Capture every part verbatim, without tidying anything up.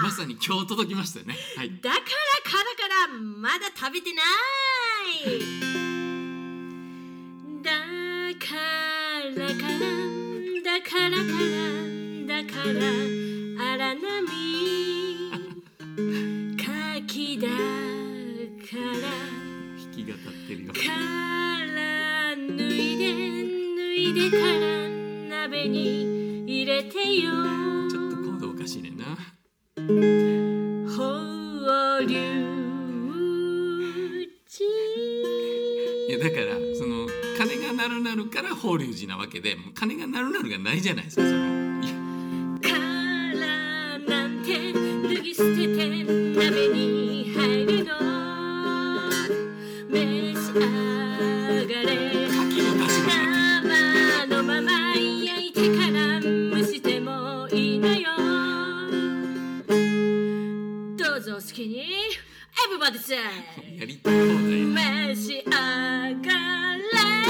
まさに今日届きましたよね、はい、 だからからからまだ食べてないだからからだからからだから荒波柿だから弾き語ってるよから脱いで脱いでから鍋に入れてよちょっとコードおかしいねんな放流地いやだからその鐘が鳴るなるから法隆寺なわけでもう鐘が鳴るなるがないじゃないですかそれいやからなんて脱ぎ捨てて鍋に入るの召し上がれ柿の出し物生のまま焼いてから蒸してもいいのよどうぞ好きに Everybody say やりたい放題召し上がれ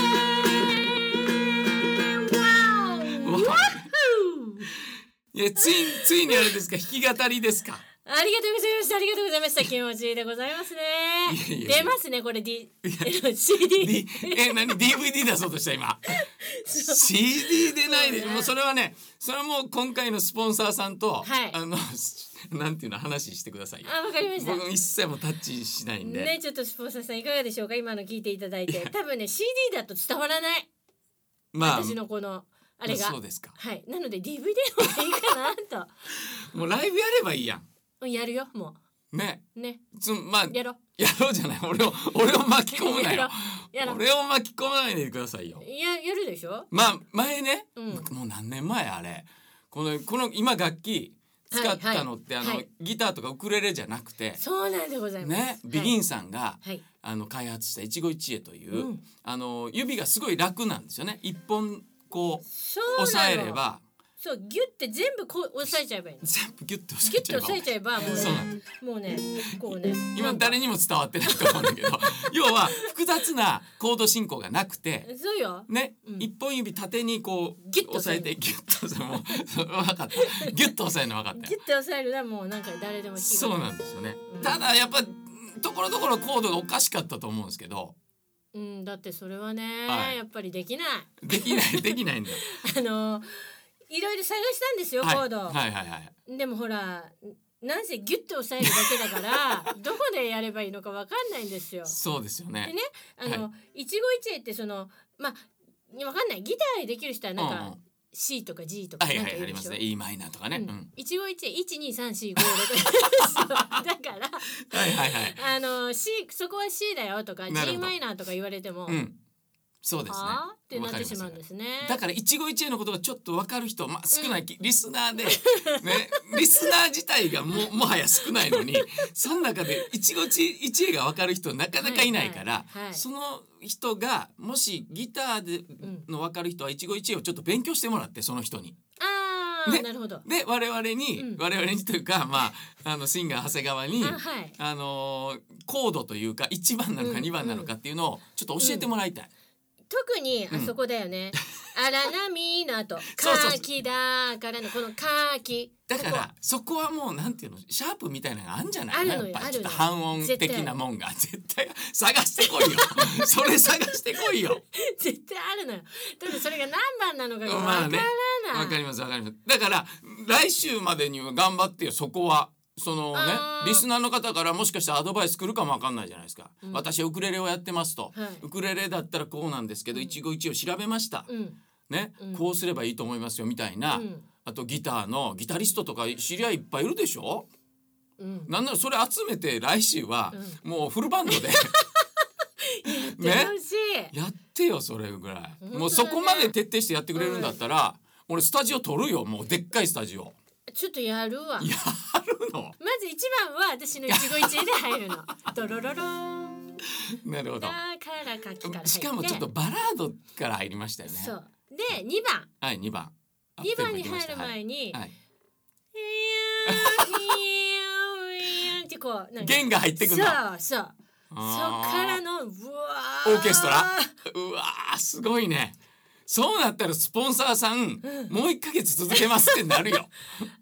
Wow! いやついついにあれですか弾き語りですかありがとうございましたありがとうございました気持ちいいでございますねいやいやいや出ますねこれ D シーディー D え何 ディーブイディー 出そうとした今シーディー でないで、 そうねもうそれはねそれはもう今回のスポンサーさんと、 はいあのなんていうの話してくださいよあわかりました僕一切もタッチしないんで、 ねちょっとスポンサーさんいかがでしょうか今の聞いていただいて多分ね シーディー だと伝わらないまあ私のこのあれがそうですかはいなので ディーブイディー の方がいいかなともうライブやればいいやんうんやるよもねうねつまあやろうやろうじゃない俺を俺を巻き込むなよやろう俺を巻き込まないでくださいよややるでしょまあ前ね、 うんもう何年前あれこのこの今楽器使ったのって、 はいはいあの、はい、ギターとかウクレレじゃなくてそうなんでございますねビギンさんが、 はいあの開発した一期一会という、 うんあの指がすごい楽なんですよね一本こうそうなの押さえればそうギュッて全部こう押さえちゃえばいいの全部ギュッと押さギュッてえちゃえば押さえちゃえばもうそうなねもうねこうね今誰にも伝わってないと思うんだけど要は複雑なコード進行がなくてそうよね、 うん一本指縦にこうギュッと押さえてギュッと押さえもうそう分かったギュッと押さえるの分かったよギュッて押さえるのはもうなんか誰でも弾きそうなんですよね、 うんただやっぱところどころコードがおかしかったと思うんですけどうんだってそれはね、 はいやっぱりできないできないできないんだよあのいろいろ探したんですよ、 はいコード、 はいはいはいでもほらなんせギュッと押さえるだけだからどこでやればいいのかわかんないんですよ。 そうですよねでねあの、 は一期一会ってそのまあわかんないギターできる人はなんか、 うんうん C とか G とかはいなんか言うでしょ、 はいありますね イーマイナーとかね、 ううんん一期一会いちにさんしごろくだからはいはいはいあの C そこは C だよとか G なるほどマイナーとか言われても、 うんそうですねはあってなってしまうんわかりですね。 だから一期一会のことがちょっと分かる人、まあ、少ない、リスナーで、ね、リスナー自体がももはや少ないのにその中で一期一会が分かる人なかなかいないから、 はいはいはいその人がもしギターでの分かる人は一期一会をちょっと勉強してもらってその人に。 ああ、 ねなるほど。 で我々に、 うん我々にというか、まあ、あのシンガー長谷川にあはいあのーコードというかいちばんなのかうんにばんなのかっていうのをちょっと教えてもらいたい。 特にあそこだよね。荒波の後、 そうそうそうカキだからのこのカキ。 だからそこはもうなんていうのシャープみたいなのがあるんじゃないあるのよやっぱりちょっとあるの半音的なもんが絶対探してこいよそれ探してこいよ絶対あるのよ。ただそれが何番なのかがわまあねからない。 わかりますわかりますだから来週までには頑張ってよそこはそのねあーリスナーの方からもしかしたらアドバイス来るかもわかんないじゃないですか、 うん私はウクレレをやってますと、 はいウクレレだったらこうなんですけど、 うん一期一会を調べました、 うんね、 うんこうすればいいと思いますよみたいな、 うんあとギターのギタリストとか知り合いいっぱいいるでしょうん。 なんならそれ集めて来週はもうフルバンドでね。楽しい。 やってよそれぐらい、 本当だねもうそこまで徹底してやってくれるんだったら、俺スタジオ取るよもうでっかいスタジオちょっとやるわ。 やるのまず一番は私の一期一会で入るの。ドロロローン。 なるほどだからカキから入って。 しかもちょっとバラードから入りましたよねそう。でにばん。 はいにばんにばんに入る前に。 はいはいいやーいやーってこうなんか弦が入ってくるそうのそうそっあーからのうわオーケストラうわーすごいねそうなったらスポンサーさん、もういっかげつ続けますってなるよ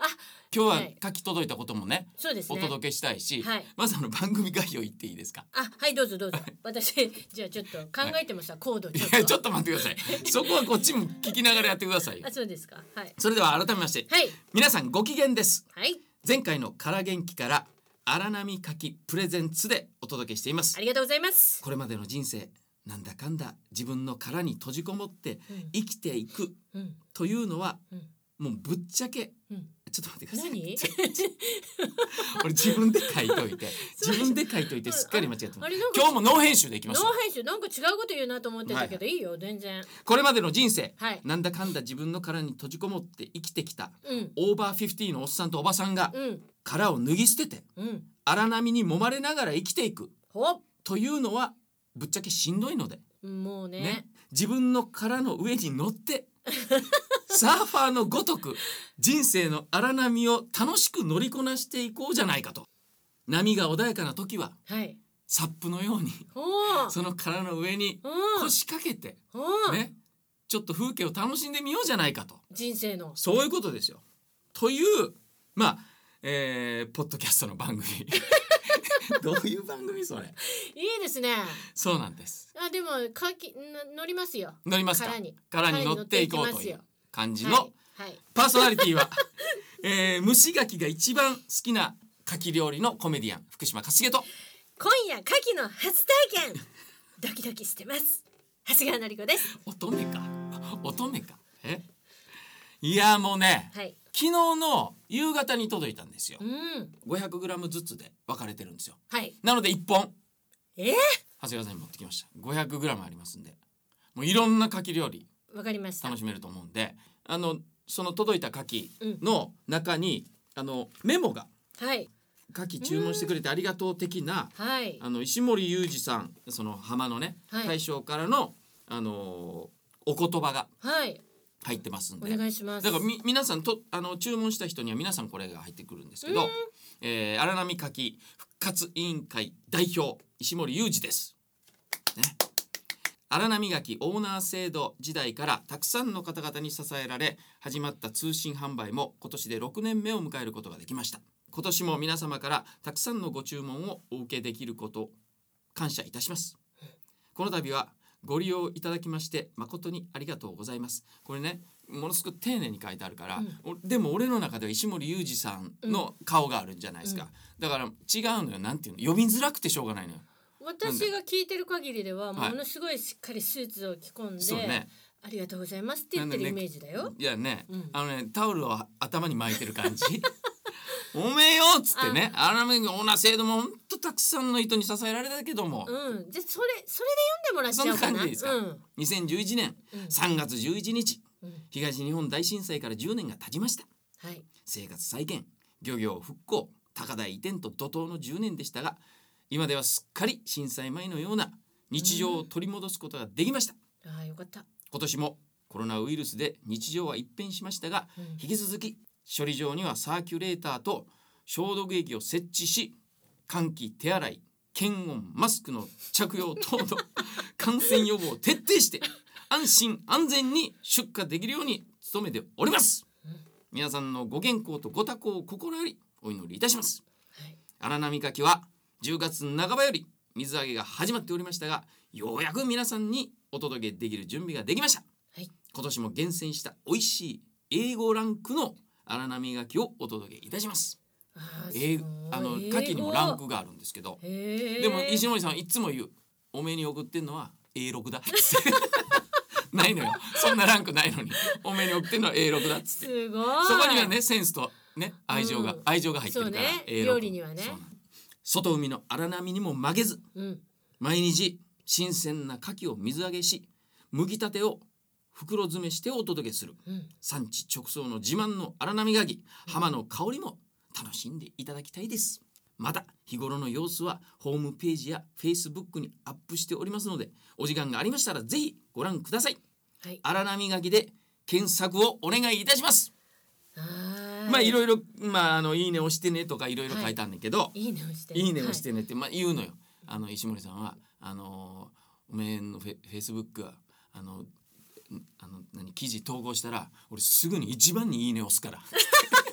今日ははい書き届いたこともね、 そうですね。 お届けしたいし、 はいまずあの番組概要言っていいですか。 あ、はい、どうぞどうぞ。私じゃあちょっと考えてました。コードいちょっと。 やちょっと待ってください。そこはこっちも聞きながらやってくださいよ。 あ、そうですか。はい。 それでは改めまして、 はい。 皆さんご機嫌です。 はい。 前回のから元気から荒波書きプレゼンツでお届けしています。 ありがとうございます。 これまでの人生なんだかんだ自分の殻に閉じこもってうん生きていくうんというのは、 うんもうぶっちゃけうん。 ちょっと待ってください。 何？ ちょちょ俺自分で書いといて自分で書いといてすっかり間違ってます。 あれなんか今日もノー編集でいきますよ。 ノー編集なんか違うこと言うなと思ってたけど、いいよ全然。 これまでの人生、 はいなんだかんだ自分の殻に閉じこもって生きてきたうんオーバーフィフティのおっさんとおばさんがうん殻を脱ぎ捨ててうん。 荒波に揉まれながら生きていくほっ。 というのはぶっちゃけしんどいので、 もうね。 ね、自分の殻の上に乗ってサーファーのごとく人生の荒波を楽しく乗りこなしていこうじゃないかと。波が穏やかな時ははい。 サップのようにほう。 その殻の上にほう。 腰掛けて、 ほう。 ね、ちょっと風景を楽しんでみようじゃないかと。 人生の。 そういうことですよ。というまあ、えー、ポッドキャストの番組どういう番組それ。 いいですね。 そうなんです。 あ、でもかきな乗りますよ。 乗りますか。 殻に殻に乗っていこうという感じの、 はい。はい。 パーソナリティは、えー、蒸し牡蠣が一番好きな牡蠣料理のコメディアン福島かすげと。 今夜牡蠣の初体験。ドキドキしてます。長谷川のりこです。 乙女か乙女か。えいやもうね、 はい。 昨日の夕方に届いたんですよ。 うん。 ごひゃくグラム ずつで分かれてるんですよ。 はい。 なのでいっぽんえー、 長谷川さんに持ってきました。ごひゃくグラムありますんで、もういろんな牡蠣料理わかりました。 楽しめると思うんで、あのその届いた牡蠣の中に、あのメモが、 はい。 牡蠣注文してくれてありがとう的な、 はい。 あの石森裕二さん、その浜のね、 はい大将からの、あのーお言葉がはい。 入ってますんおで、 願いします。 だからみ皆さんとあの注文した人には皆さんこれが入ってくるんですけど、えー、荒波牡蠣復活委員会代表石森裕二です。ね、荒波牡蠣オーナー制度時代からたくさんの方々に支えられ始まった通信販売も今年でろくねんめを迎えることができました。今年も皆様からたくさんのご注文をお受けできること感謝いたします。この度はご利用いただきまして誠にありがとうございます。これねものすごく丁寧に書いてあるから、うん、でも俺の中では石森裕二さんの顔があるんじゃないですか、うん、だから違うのよ。なんていうの、呼びづらくてしょうがないのよ。 私が聞いてる限りではものすごいしっかりスーツを着込んで、はいね、ありがとうございますって言ってるイメージだよ。 ね、いやね、 うん、 あのねタオルを頭に巻いてる感じおめえよっつってね、荒波オーナー制度もほんとたくさんの人に支えられたけども、 うん、じゃそれそれで読んでもらっちゃおうかな。 そんな感じですか、うん、にせんじゅういちねんさんがつじゅういちにち、うん、東日本大震災からじゅうねんが経ちました、はい、生活再建、漁業復興、高台移転と怒涛のじゅうねんでしたが、今ではすっかり震災前のような日常を取り戻すことができました、 うん、あ、よかった。 今年もコロナウイルスで日常は一変しましたが、うん、引き続き処理場にはサーキュレーターと消毒液を設置し、換気、手洗い、検温、マスクの着用等の感染予防を徹底して安心安全に出荷できるように努めております、うん、皆さんのご健康とご多幸を心よりお祈りいたします、はい、荒波牡蠣はじゅうがつなかばより水揚げが始まっておりましたが、ようやく皆さんにお届けできる準備ができました、はい、今年も厳選した美味しい エーご ランクの荒波牡蠣をお届けいたします。 あ, えあの牡蠣にもランクがあるんですけど、でも石森さんいつも言う、おめえに送ってんのは エーろく だっつってないのよ、そんなランクないのにおめえに送ってんのは エーろく だっつって、 すごい。 そこにはねセンスとね愛情が、うん、愛情が入ってるから、 ね、エーろく 料理にはね。 外海の荒波にも負けず、うん、毎日新鮮な牡蠣を水揚げし、剥きたてを袋詰めしてお届けする、うん、産地直送の自慢の荒波牡蠣、浜の香りも楽しんでいただきたいです。また日頃の様子はホームページやフェイスブックにアップしておりますので、お時間がありましたらぜひご覧ください。はい、荒波牡蠣で検索をお願いいたします。まあいろいろ、まあ、あのいいね押してねとかいろいろ書いたんだけど、はい、 いいね押してね、いいね押してねって、まあ、言うのよ。あの石森さんはあのおめえのフェ、フェイスブックはあのあの何記事投稿したら俺すぐに一番にいいね押すからい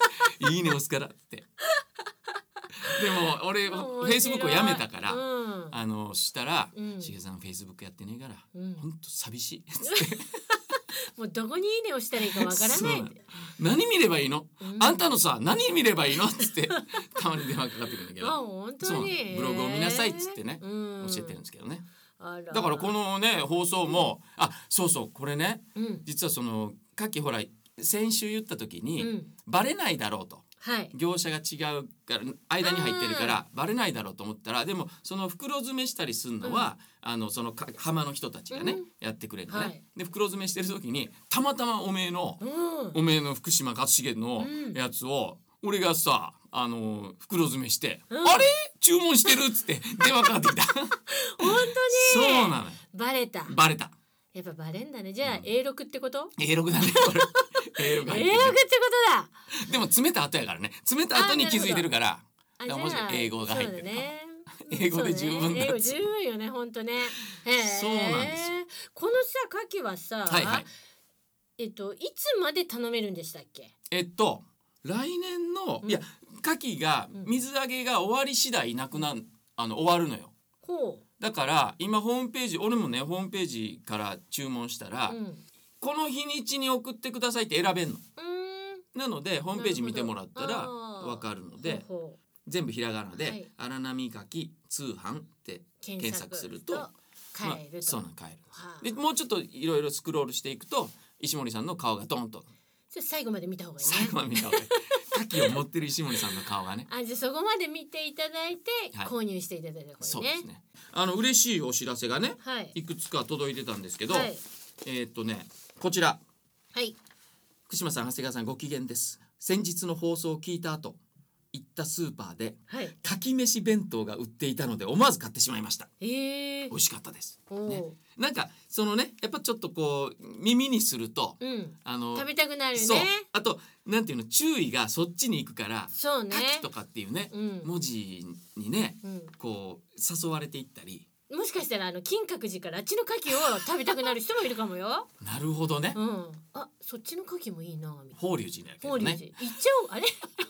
いいね押すからってでも俺フェイスブックをやめたから、うん、あのしたら、うん、しげさんフェイスブックやってねえから、うん、ほんと寂しいっつってもうどこにいいねをしたらいいかわからないんで何見ればいいの、うん、あんたのさ何見ればいいのっつってたまに電話かかってくるんだけど、 あ本当にブログを見なさいっつってね、うん、教えてるんですけどね。あらだからこのね放送も、うん、あそうそうこれね、うん、実はそのかっきほら先週言った時に、うん、バレないだろうと、はい、業者が違うから間に入ってるからバレないだろうと思ったら、でもその袋詰めしたりするのは、うん、あのその浜の人たちがね、うん、やってくれるのね、はい、で袋詰めしてる時にたまたまおめえの、うん、おめえの福島勝重のやつを、うん、俺がさあの袋詰めして、うん、あれ注文してるっつって電話かかってきた本当にそうなのバレたバレたやっぱバレんだね。じゃあ、うん、エーろく ってことエーろく だねこれエーろくってことだでも詰めた後やからね詰めた後に気づいてるからだからもし英語が入ってる、ね、英語で十分だ、ね、 英語十分よね本当ねへそうなんですよ。 このさカキはさ、はいはい、えっといつまで頼めるんでしたっけ。 えっと来年の、うん、いやカキが水揚げが終わり次第なくなあの終わるのよ。ほうだから今ホームページ俺もねホームページから注文したら、うん、この日にちに送ってくださいって選べんの。うんなのでホームページ見てもらったらわかるのでほうほう全部ひらがなで、はい、荒波かき通販って検索すると買えると、まあ、 そうなん買える、はあ、でもうちょっといろいろスクロールしていくと石森さんの顔がドンとそれ最後まで見た方がいいね。 最後まで見た方がいいカキを持ってる石森さんの顔がねあじゃあそこまで見ていただいて、はい、購入していただいた方がいいね。 そうですね。あの嬉しいお知らせがね、はい、いくつか届いてたんですけど、はい、えー、っとねこちら、はい、福島さん長谷川さんご機嫌です。先日の放送を聞いた後行ったスーパーで、はい、かき飯弁当が売っていたので思わず買ってしまいました。えー、美味しかったです、ね、なんかそのねやっぱちょっとこう耳にすると、うん、あの食べたくなるね。 そうあとなんていうの注意がそっちに行くからそうねかきとかっていうね、うん、文字にね、うん、こう誘われていったりもしかしたらあの金閣寺からあっちの牡蠣を食べたくなる人もいるかもよなるほどね、うん、 あそっちの牡蠣もいいなみたいな法隆寺だけどね法隆寺行っちゃおうあれ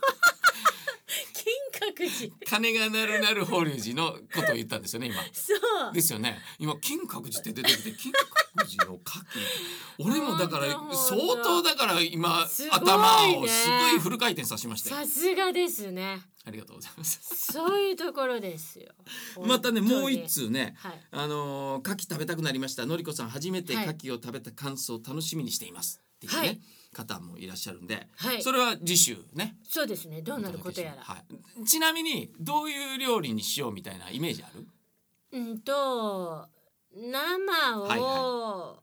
金閣寺金が鳴るなる法隆寺のことを言ったんですよね今そうですよね今金閣寺って出てきて金閣寺の牡蠣俺もだから相当だから今、ね、頭をすごいフル回転させましたよ。 さすがですねありがとうございますそういうところですよまたねもう一通ね、はい、あのー、牡蠣食べたくなりましたのりこさん初めて牡蠣を食べた感想を楽しみにしていますっていうね、はい方もいらっしゃるんで、はい、それは次週ねそうですねどうなることやら、はい、ちなみにどういう料理にしようみたいなイメージある？ うんと生を、はいはい、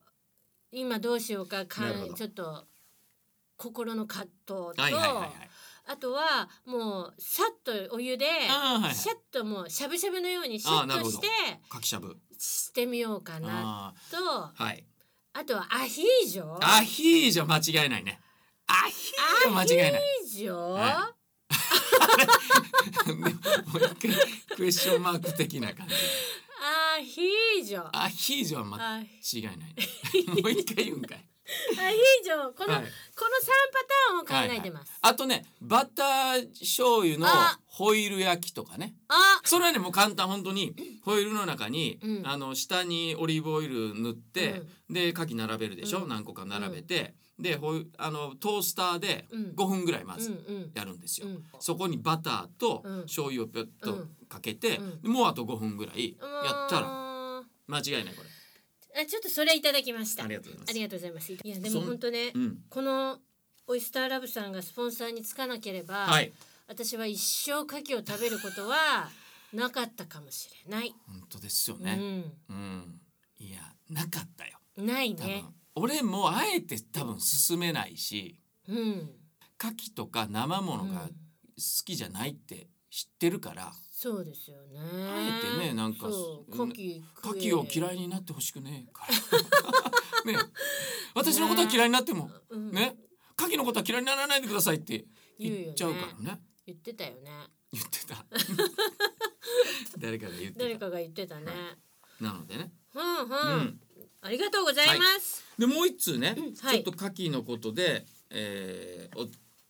今どうしようかかちょっと心の葛藤と、はいはいはいはい、あとはもうさっとお湯で、はいはい、シャッともうしゃぶしゃぶのようにシャッとしてかきしゃぶしてみようかなとはいあとはアヒージョアヒージョ間違いないねアヒージョ間違いないアヒージョ、はい、 もう一回クエスチョンマーク的な感じアヒージョアヒージョは間違いないもう一回言うんかいアヒージョこの、はい、このさんパターンを考えてます、 はいはい、あとねバター醤油のホイル焼きとかねあそれはねもう簡単本当にホイルの中に、うん、あの下にオリーブオイル塗って、うん、で牡蠣並べるでしょ、うん、何個か並べて、うん、でほあのトースターでごふんぐらいまずやるんですよ、うんうん、そこにバターと醤油をぴょっとかけて、うん、もうあとごふんぐらいやったら間違いないこれあちょっとそれいただきました。 ありがとうございます。 ありがとうございます。いやでも本当ね、うん、このオイスターラブさんがスポンサーにつかなければ、はい、私は一生牡蠣を食べることはなかったかもしれない。 本当ですよね。うん。うん、いやなかったよ。 ないね。 俺もあえて多分勧めないし、うん、牡蠣とか生ものが好きじゃないって知ってるから。 そうですよね。 あえてねなんか牡蠣牡蠣を嫌いになってほしくねえからね私のことは嫌いになっても、ねね牡蠣のことは嫌いにならないでくださいって言っちゃうからね。 言ってたよね。 言ってた誰かが言ってた誰かが言ってたね、はい、 なのでねうんうん、うん、ありがとうございます、 はい、でもう一通ね、うんはい、ちょっと牡蠣のことで、えー、お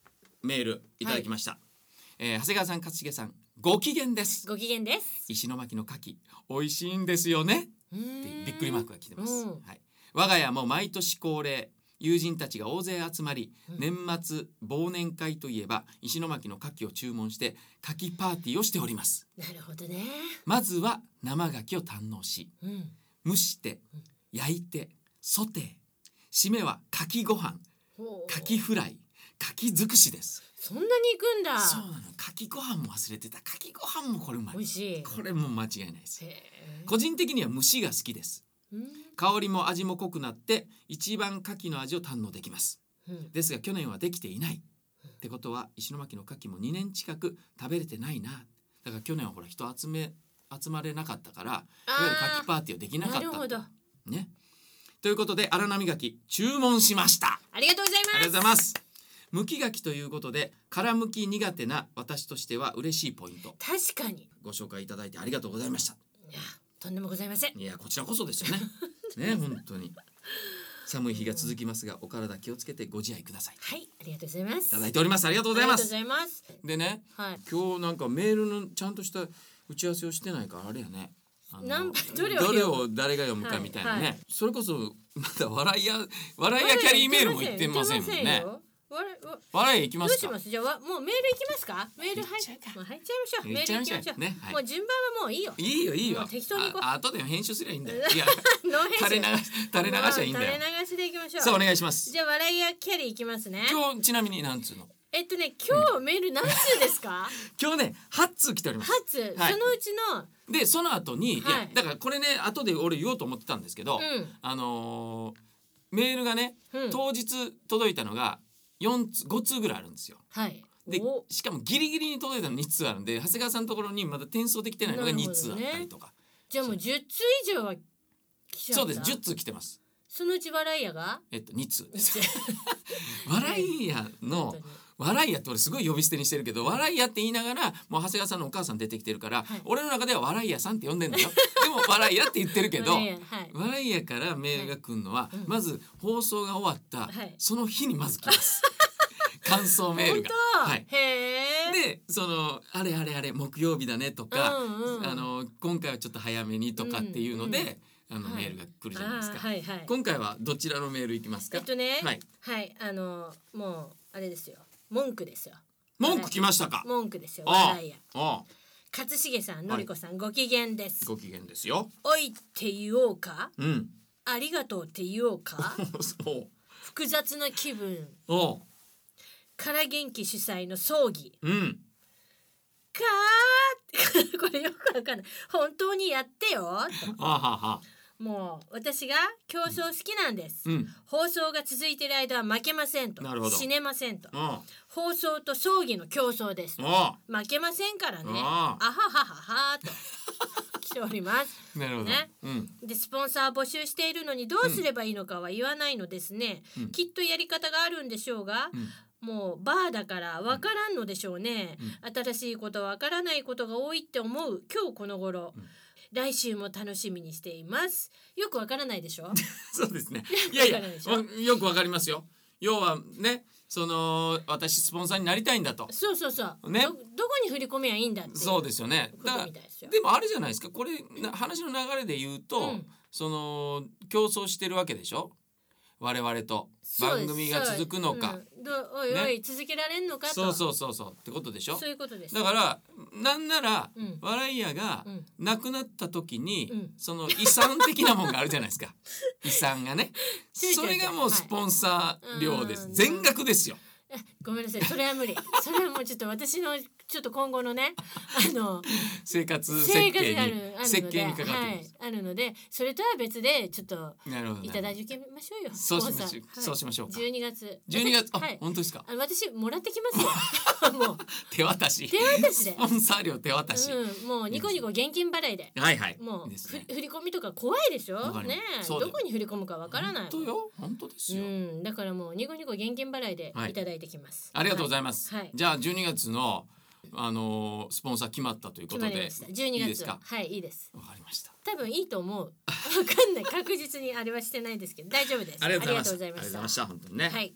メールいただきました、はいえー、長谷川さん勝重さんご機嫌です。 ご機嫌です。 石巻の牡蠣美味しいんですよねってびっくりマークが来てます、はい、我が家も毎年恒例友人たちが大勢集まり、うん、年末忘年会といえば石巻の牡蠣を注文して牡蠣パーティーをしております。 なるほどね。 まずは生牡蠣を堪能し、うん、蒸して、うん、焼いてソテー、締めは牡蠣ご飯、牡蠣フライ、牡蠣尽くしです。 そんなに行くんだ。 そうなの。牡蠣ご飯も忘れてた。牡蠣ご飯もこれうまい。 美味しい。 これも間違いないです。個人的には蒸しが好きです。香りも味も濃くなって一番牡蠣の味を堪能できます、うん、ですが去年はできていない、うん、ってことは石巻の牡蠣もにねん近く食べれてないな。だから去年はほら人集め集まれなかったからいわゆる牡蠣パーティーはできなかった。なるほどね。ということで荒波牡蠣注文しました。 ありがとうございます。 ありがとうございます。むき牡蠣ということで殻むき苦手な私としては嬉しいポイント、 確かにご紹介いただいてありがとうございました。 いやとんでもございません。 いやこちらこそですよねね本当に寒い日が続きますがお体気をつけてご自愛ください。 はい、ありがとうございます。 いただいております。ありがとうございます。 ありがとうございます。 でね、はい、今日なんかメールのちゃんとした打ち合わせをしてないからあれやね。 なんどれをどれを誰が読むかみたいなね、はいはい、それこそまだ笑いや笑いやキャリーメールも言ってませんもんね。笑い行きますか。 どうします。じゃあもうメール行きますか。メール入っちゃいましょう。メール行きましょうね、はい、もう順番はもういいよ。 いいよいいよ。 適当に行こう。 あ後で編集すりゃいいんだよ。いや垂れ流し垂れ流しはいいんだよ。 垂れ流しで行きましょう。 さあお願いします。 じゃあ笑いやキャリー行きますね。 今日ちなみに何通のえっとね今日メール何通ですか。 今日ねはち通来ております。 はち通、はい、そのうちのでその後に、はい、いやだからこれね後で俺言おうと思ってたんですけど、うん、あのー、メールがね、うん、当日届いたのがよんつご通ぐらいあるんですよ。はい。でしかもギリギリに届いたのに通あるんで長谷川さんのところにまだ転送できてないのがに通あったりとか、ね、 じゃあもうじゅっ通以上は来ちゃった。 そうですじゅっ通来てます。 そのうち笑い屋がえっとに通です笑い屋の笑い屋って俺すごい呼び捨てにしてるけど笑い屋って言いながらもう長谷川さんのお母さん出てきてるから、はい、俺の中では笑い屋さんって呼んでんだよでも笑い屋って言ってるけど笑い屋、はい、笑い屋からメールが来るのは、はい、まず放送が終わった、はい、その日にまず来ます感想メールが、はい、へでそのあれあれあれ木曜日だねとか、うんうん、あの今回はちょっと早めにとかっていうので、うんうんあの、はい、メールが来るじゃないですか、はいはい、今回はどちらのメールいきますか。 えっとねはい、はい、あのもうあれですよ文句ですよ。 文句来ましたか。 文句ですよ。笑いや勝重さんのりこさん、はい、ご機嫌です。 ご機嫌ですよ。 おいって言おうか、うん、ありがとうって言おうかそう複雑な気分おから元気主催の葬儀、うんかーこれよくわかんない本当にやってよとはははもう私が競争好きなんです、うん、放送が続いている間は負けませんと死ねませんと放送と葬儀の競争です負けませんからねあははははと来ておりますなるほど、 ねうん、でスポンサー募集しているのにどうすればいいのかは言わないのですね、うん、きっとやり方があるんでしょうが、うんもうバーだから分からんのでしょうね、うん、新しいこと分からないことが多いって思う今日この頃、うん、来週も楽しみにしています。よく分からないでしょそうですねいやいやよく分かりますよ。要はねその私スポンサーになりたいんだとそうそうそうね ど, どこに振り込めばいいんだってそうですよね。だからでもあれじゃないですかこれ話の流れで言うと、うん、その競争してるわけでしょ我々と番組が続くのか、 うん、どおいおい、ね、続けられんのかとそうそうそうそうってことでしょ。 そういうことです。 だからなんなら、うん、笑い屋が亡くなった時に、うん、その遺産的なもんがあるじゃないですか遺産がねそれがもうスポンサー料です、はい、全額ですよ。 ごめんなさいそれは無理それはもうちょっと私のちょっと今後のねあの生活設計に設計にかかってます、 はい、あるのでそれとは別でちょっといただきましょうよ。 そうしましょう、はい、そうしましょうか。 じゅうにがつじゅうにがつあ、はい、本当ですか。 あ私もらってきますよもう手渡し手渡しでスポンサー料手渡し、 うん、もうニコニコ現金払いではいはいもう、ね、振り込みとか怖いでしょねどこに振り込むかわからない。 本当よ本当ですよ、うん、だからもうニコニコ現金払いでいただいてきます、 はい、ありがとうございます、はい、じゃあじゅうにがつのあのー、スポンサー決まったということでじゅうにがついいですか。はいいいです。 わかりました。 多分いいと思うわかんない確実にあれはしてないですけど大丈夫です。 ありがとうございました。ありがとうございました本当にね。はい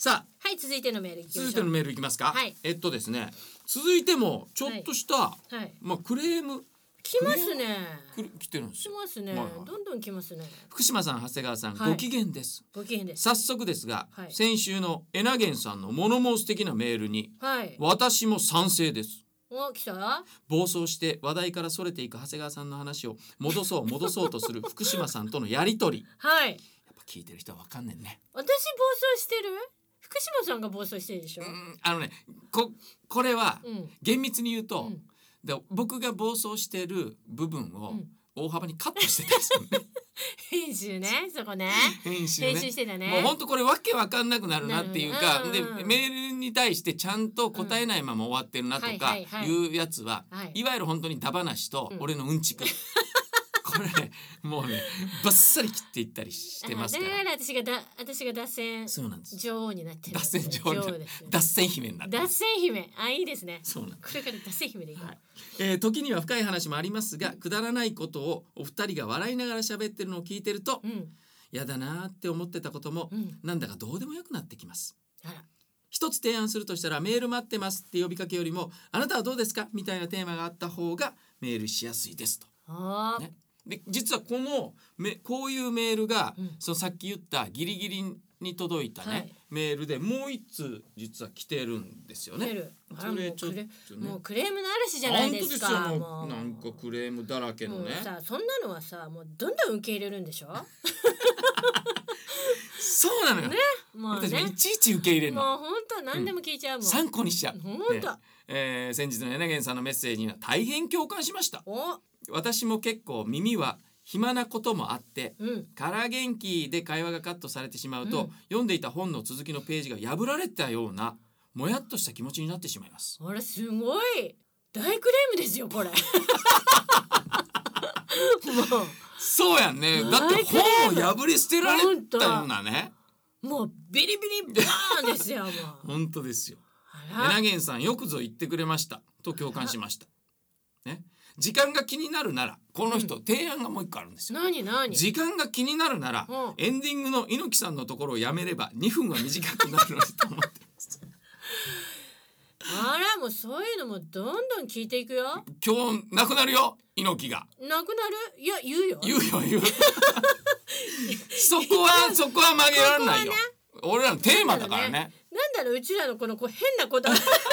さあ、 はい、続いてのメールいきましょう。 続いてのメールいきますか。 はい、 えっとですね、続いてもちょっとした、はいはい、まあクレーム来ますね。 来てるんですよ。 来ますね、はいはい、どんどん来ますね。 福島さん、長谷川さん、はい、ご機嫌です。 ご機嫌です。 早速ですが、はい、先週のエナゲンさんの物申す的なメールに、はい、私も賛成です。 お、来た。 暴走して話題からそれていく長谷川さんの話を戻そう戻そうとする福島さんとのやりとり、はい、やっぱ聞いてる人は分かんねんね。 私暴走してる？福島さんが暴走してるでしょ。うん、 あのね、ここれは、うん、厳密に言うと、うん、で僕が暴走してる部分を大幅にカットしてたんですよね。 編集ね、そこね。 編集ね。 編集してたね。 もう本当これわけわかんなくなるなっていうか、でメールに対してちゃんと答えないまま終わってるなとかいうやつは、いわゆる本当にダバなしと俺のうんちく。これもうねバッサリ切っていったりしてますから。 だから私がだ私が脱線女王になってる。 脱線女王です。脱線姫になってる。 脱線姫、あ、いいですね。 そうなんです。 これから脱線姫でいこう。はい、 えー、時には深い話もありますが、くだらないことをお二人が笑いながら喋ってるのを聞いてると、うん、やだなって思ってたことも、うん、なんだかどうでもよくなってきます。あら。一つ提案するとしたら、メール待ってますって呼びかけよりも、あなたはどうですかみたいなテーマがあった方がメールしやすいですと。あ、ね、で実はこのめこういうメールが、うん、そのさっき言ったギリギリに届いたね、はい、メールでもう一通実は来てるんですよね。 来る。それちょっとね、もうクレームの嵐じゃないですか。 本当ですよ。もうなんかクレームだらけのね。 もうさ、そんなのはさ、もうどんどん受け入れるんでしょ。 そうなのよ。ね、もうね、私もいちいち受け入れるの。 もう本当何でも聞いちゃうもん。 うん、参考にしちゃう。 本当。ね、 えー、先日のエナゲンさんのメッセージには大変共感しました。お、私も結構耳は暇なこともあって、うん、から元気で会話がカットされてしまうと、うん、読んでいた本の続きのページが破られたようなもやっとした気持ちになってしまいます。 あれすごい大クレームですよこれ。もうそうやんね。だって本を破り捨てられたようなね。 もうビリビリバーンですよ。もう本当ですよ。エナゲンさんよくぞ言ってくれましたと共感しました。ね。時間が気になるならこの人、うん、提案がもう一個あるんですよ。 何何？ 時間が気になるなら、うん、エンディングの猪木さんのところをやめればにふんは短くなるのにと思ってます。 あら、もうそういうのもどんどん聞いていくよ。 今日なくなるよ猪木が。 なくなる？いや言うよ。 言うよ言う。そこはそこは曲げられないよ。ここはね、俺らのテーマだからね。 なんだろう、うちらのこのこう変なこと。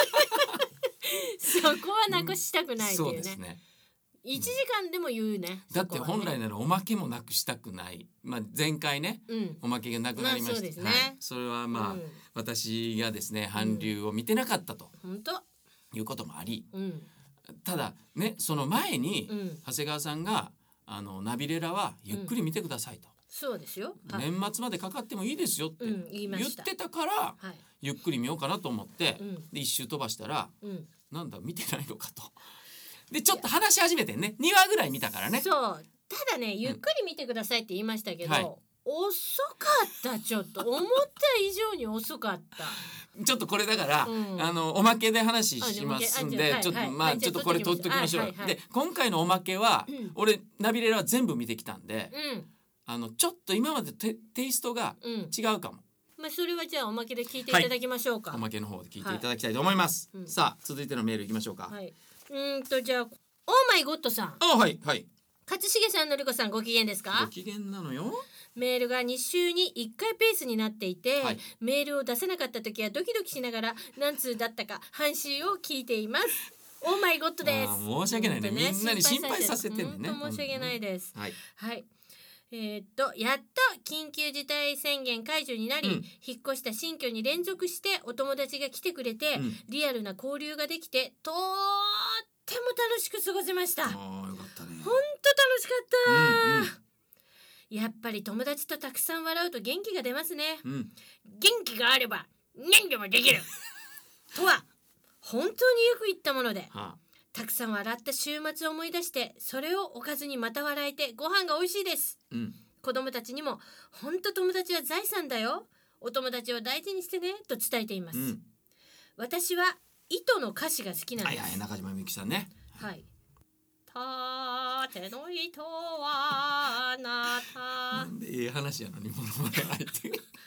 そこはなくしたくないっていうね。そうですね。いちじかんでも言うね。 だって本来ならおまけもなくしたくない。まあ前回ね、うん、おまけがなくなりました。まあ、そうですね。はい、それはまあ、うん、私がですね韓流を見てなかったと、 本当いうこともあり、うん、ただねその前に、うん、長谷川さんがあのナビレラはゆっくり見てくださいと。うん、 そうですよ。 年末までかかってもいいですよって言ってたから、はい、ゆっくり見ようかなと思って、うん、で一周飛ばしたら、うん、なんだ見てないのかと。でちょっと話し始めてね、にわぐらい見たからね。 そう、ただねゆっくり見てくださいって言いましたけど、うん、はい、遅かった。ちょっと思った以上に遅かった。 ちょっとこれだから、うん、あのおまけで話しますんで、ちょっとまあちょっとこれ取っときましょう。はいはいはい、で今回のおまけは、うん、俺ナビレラは全部見てきたんで、うん、あのちょっと今までテテイストが違うかも。 まあそれはじゃあおまけで聞いていただきましょうか。 はい、おまけの方で聞いていただきたいと思います。はい、さあ続いてのメールいきましょうか。はい、 うんとじゃあオーマイゴッドさん。 あ、はいはい。 勝重さん、のりこさん、ご機嫌ですか？ ご機嫌なのよ。 メールがに週にいっかいペースになっていて、はい、メールを出せなかった時はドキドキしながら何通だったか半周を聞いています。オーマイゴッドです。 申し訳ないね。みんなに心配させてるね。 申し訳ないです。 はい。 はい。えー、っとやっと緊急事態宣言解除になり、うん、引っ越した新居に連続してお友達が来てくれて、うん、リアルな交流ができてとっても楽しく過ごせました。あー、よかったね。ほんと楽しかった、うんうん、やっぱり友達とたくさん笑うと元気が出ますね、うん、元気があれば何でもできるとは本当によく言ったもので、はあ、たくさん笑った週末を思い出してそれをおかずにまた笑えてご飯が美味しいです、うん、子供たちにも本当友達は財産だよ、お友達を大事にしてねと伝えています、うん、私は糸の歌詞が好きなんです。 はいはい、中島みゆきさんね。 はい。縦の糸はあなた。 なんでええ話やのに物まね入ってる。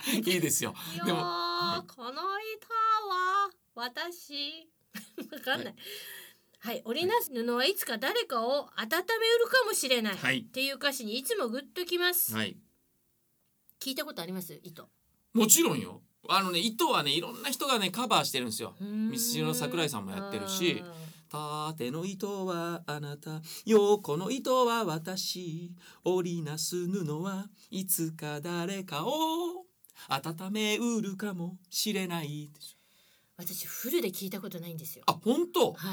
いいですよ。 でも、はい、この糸は私わかんない。はい、織りなす布はいつか誰かを温めうるかもしれない、はい、っていう歌詞にいつもグッときます。はい、聞いたことあります？糸。 もちろんよ。あのね、糸はね、いろんな人がねカバーしてるんですよ。ミスチルの桜井さんもやってるし、縦の糸はあなた、横の糸は私、織りなす布はいつか誰かを温めうるかもしれない。 私フルで聞いたことないんですよ。 あ、本当？ はい。